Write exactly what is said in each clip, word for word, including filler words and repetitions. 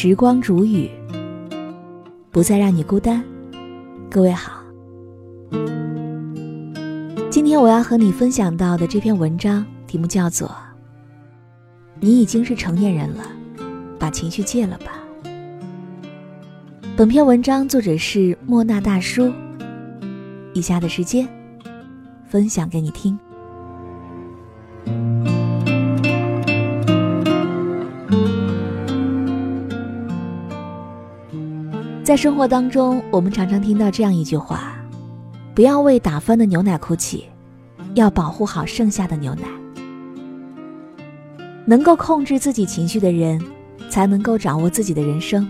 时光煮雨，不再让你孤单。各位好，今天我要和你分享到的这篇文章题目叫做你已经是成年人了，把情绪戒了吧。本篇文章作者是莫那大叔，以下的时间分享给你听。在生活当中，我们常常听到这样一句话：不要为打翻的牛奶哭泣，要保护好剩下的牛奶。能够控制自己情绪的人，才能够掌握自己的人生。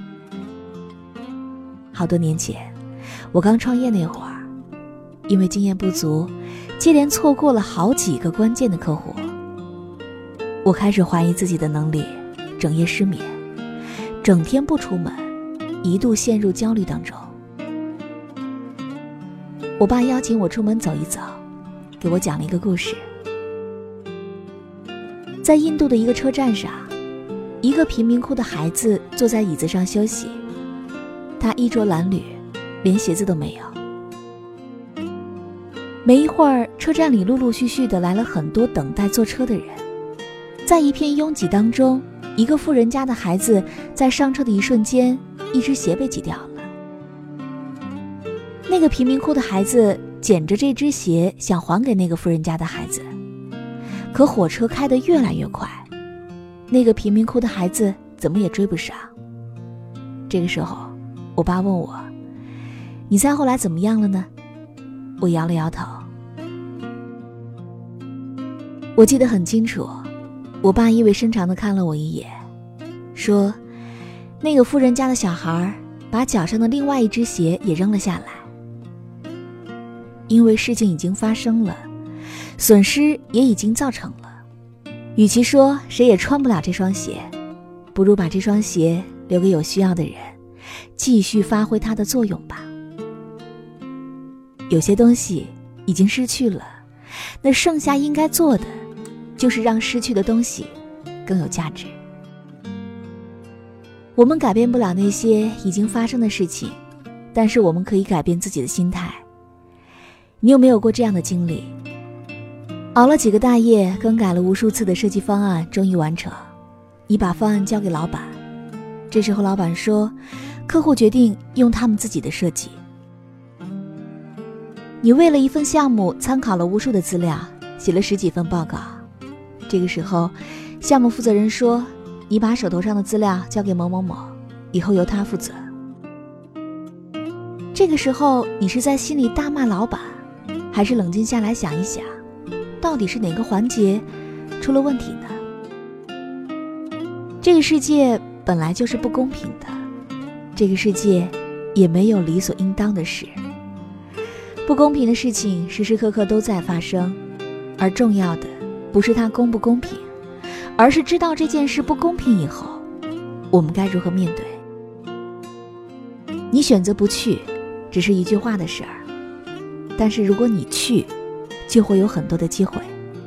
好多年前，我刚创业那会儿，因为经验不足，接连错过了好几个关键的客户。我开始怀疑自己的能力，整夜失眠，整天不出门，一度陷入焦虑当中。我爸邀请我出门走一走，给我讲了一个故事。在印度的一个车站上，一个贫民窟的孩子坐在椅子上休息，他衣着褴褛，连鞋子都没有。没一会儿，车站里陆陆续续的来了很多等待坐车的人，在一片拥挤当中，一个富人家的孩子在上车的一瞬间，一只鞋被挤掉了。那个贫民窟的孩子捡着这只鞋想还给那个富人家的孩子，可火车开得越来越快，那个贫民窟的孩子怎么也追不上。这个时候，我爸问我：你猜后来怎么样了呢？我摇了摇头。我记得很清楚，我爸意味深长地看了我一眼，说那个富人家的小孩把脚上的另外一只鞋也扔了下来。因为事情已经发生了，损失也已经造成了，与其说谁也穿不了这双鞋，不如把这双鞋留给有需要的人，继续发挥它的作用吧。有些东西已经失去了，那剩下应该做的就是让失去的东西更有价值。我们改变不了那些已经发生的事情，但是我们可以改变自己的心态。你有没有过这样的经历？熬了几个大夜，更改了无数次的设计方案，终于完成。你把方案交给老板，这时候老板说，客户决定用他们自己的设计。你为了一份项目参考了无数的资料，写了十几份报告。这个时候，项目负责人说，你把手头上的资料交给某某某，以后由他负责。这个时候，你是在心里大骂老板，还是冷静下来想一想，到底是哪个环节出了问题呢？这个世界本来就是不公平的，这个世界也没有理所应当的事。不公平的事情时时刻刻都在发生，而重要的不是它公不公平，而是知道这件事不公平以后，我们该如何面对。你选择不去，只是一句话的事儿，但是如果你去，就会有很多的机会。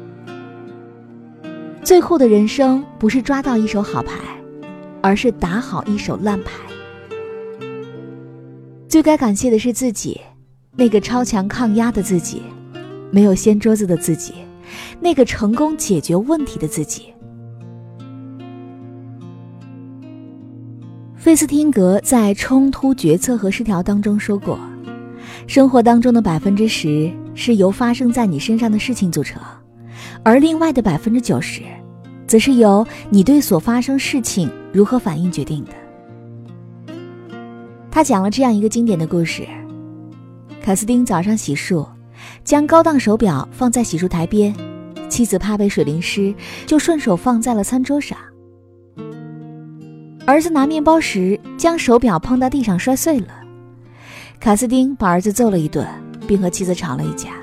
最后的人生不是抓到一手好牌，而是打好一手烂牌。最该感谢的是自己，那个超强抗压的自己，没有掀桌子的自己，那个成功解决问题的自己。费斯汀格在《冲突决策和失调》当中说过，生活当中的百分之十是由发生在你身上的事情组成，而另外的百分之九十，则是由你对所发生事情如何反应决定的。他讲了这样一个经典的故事：卡斯丁早上洗漱，将高档手表放在洗漱台边，妻子怕被水淋湿，就顺手放在了餐桌上。儿子拿面包时，将手表碰到地上摔碎了。卡斯丁把儿子揍了一顿，并和妻子吵了一架。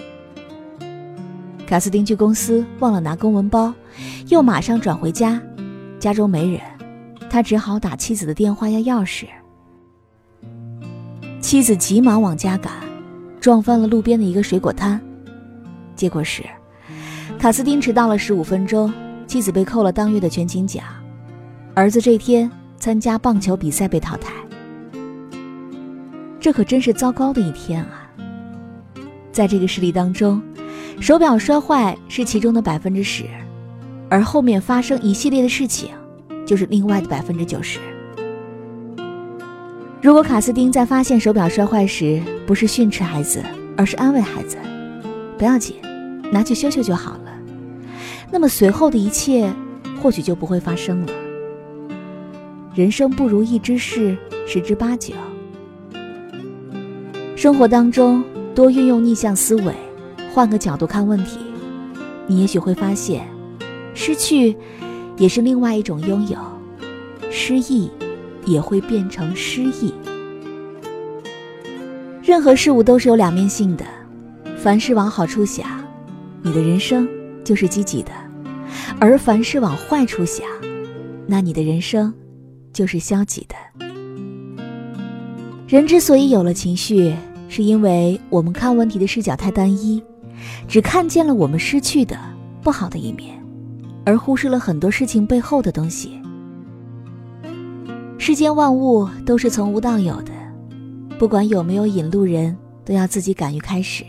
卡斯丁去公司忘了拿公文包，又马上转回家，家中没人，他只好打妻子的电话要钥匙。妻子急忙往家赶，撞翻了路边的一个水果摊。结果是卡斯丁迟到了十五分钟，妻子被扣了当月的全勤奖。儿子这天参加棒球比赛被淘汰。这可真是糟糕的一天啊！在这个事例当中，手表摔坏是其中的百分之十，而后面发生一系列的事情就是另外的百分之九十。如果卡斯汀在发现手表摔坏时不是训斥孩子，而是安慰孩子，不要紧，拿去修修就好了，那么随后的一切或许就不会发生了。人生不如意之事十之八九，生活当中多运用逆向思维，换个角度看问题，你也许会发现，失去也是另外一种拥有，失意也会变成诗意。任何事物都是有两面性的，凡事往好处想，你的人生就是积极的；而凡事往坏处想，那你的人生就是消极的。人之所以有了情绪，是因为我们看问题的视角太单一，只看见了我们失去的不好的一面，而忽视了很多事情背后的东西。世间万物都是从无到有的，不管有没有引路人，都要自己敢于开始。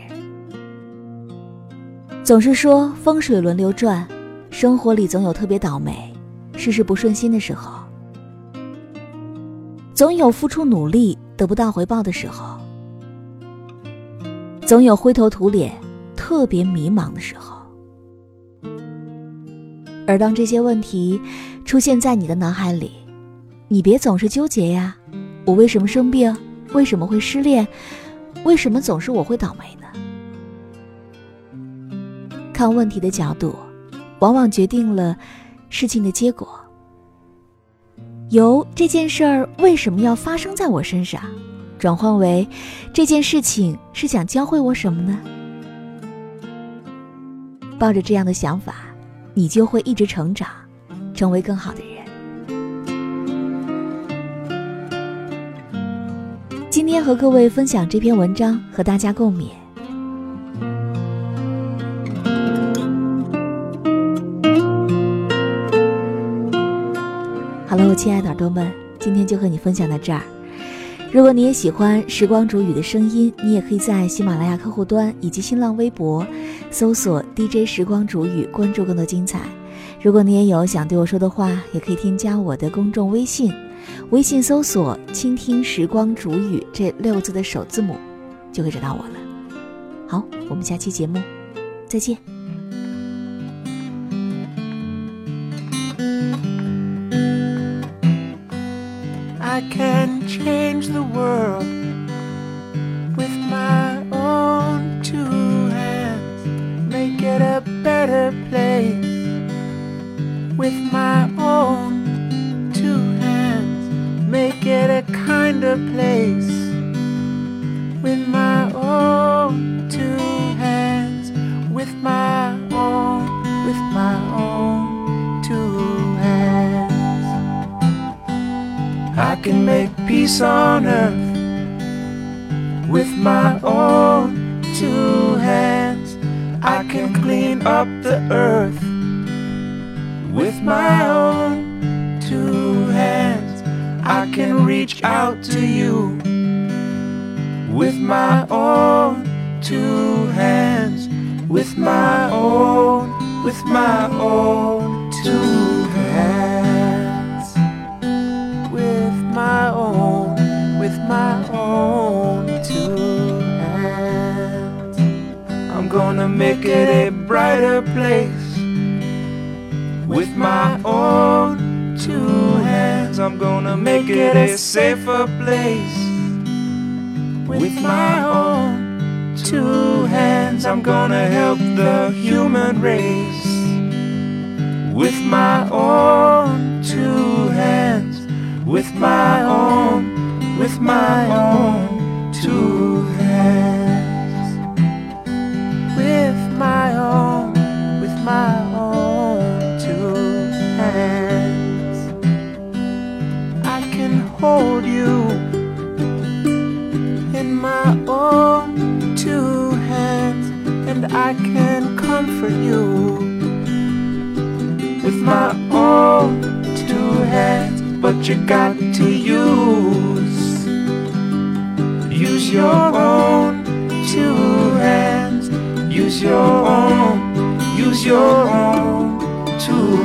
总是说风水轮流转，生活里总有特别倒霉，事事不顺心的时候，总有付出努力得不到回报的时候，总有灰头土脸特别迷茫的时候。而当这些问题出现在你的脑海里，你别总是纠结呀，我为什么生病？为什么会失恋？为什么总是我会倒霉呢？看问题的角度往往决定了事情的结果。由这件事儿为什么要发生在我身上，转换为这件事情是想教会我什么呢？抱着这样的想法，你就会一直成长，成为更好的人。今天和各位分享这篇文章，和大家共勉。好了，我亲爱的耳朵们，今天就和你分享到这儿。如果你也喜欢时光煮雨的声音，你也可以在喜马拉雅客户端以及新浪微博搜索 D J 时光煮雨，关注更多精彩。如果你也有想对我说的话，也可以添加我的公众微信，微信搜索倾听时光煮雨这六个字的首字母，就可以找到我了。好，我们下期节目再见。 I can change the world with my own two hands, make it a better place with my own two hands, make it a kinder place with my own two hands, with my own, with my own two hands. I can make peace on earth with my own two hands. I can clean up the earth with my own two hands. I can reach out to you with my own two hands, with my own, with my own two hands, with my own, with my own two hands. I'm gonna make it a brighter place with my own two hands. I'm gonna make it a safer place with my own two hands. I'm gonna help the human race with my own two hands, with my own, with my own two hands, with my own, with my own two hands. I can hold you in my own two hands, and I can comfort you with my own two hands. But what you got to use. Use your own two hands. Use your own, use your own two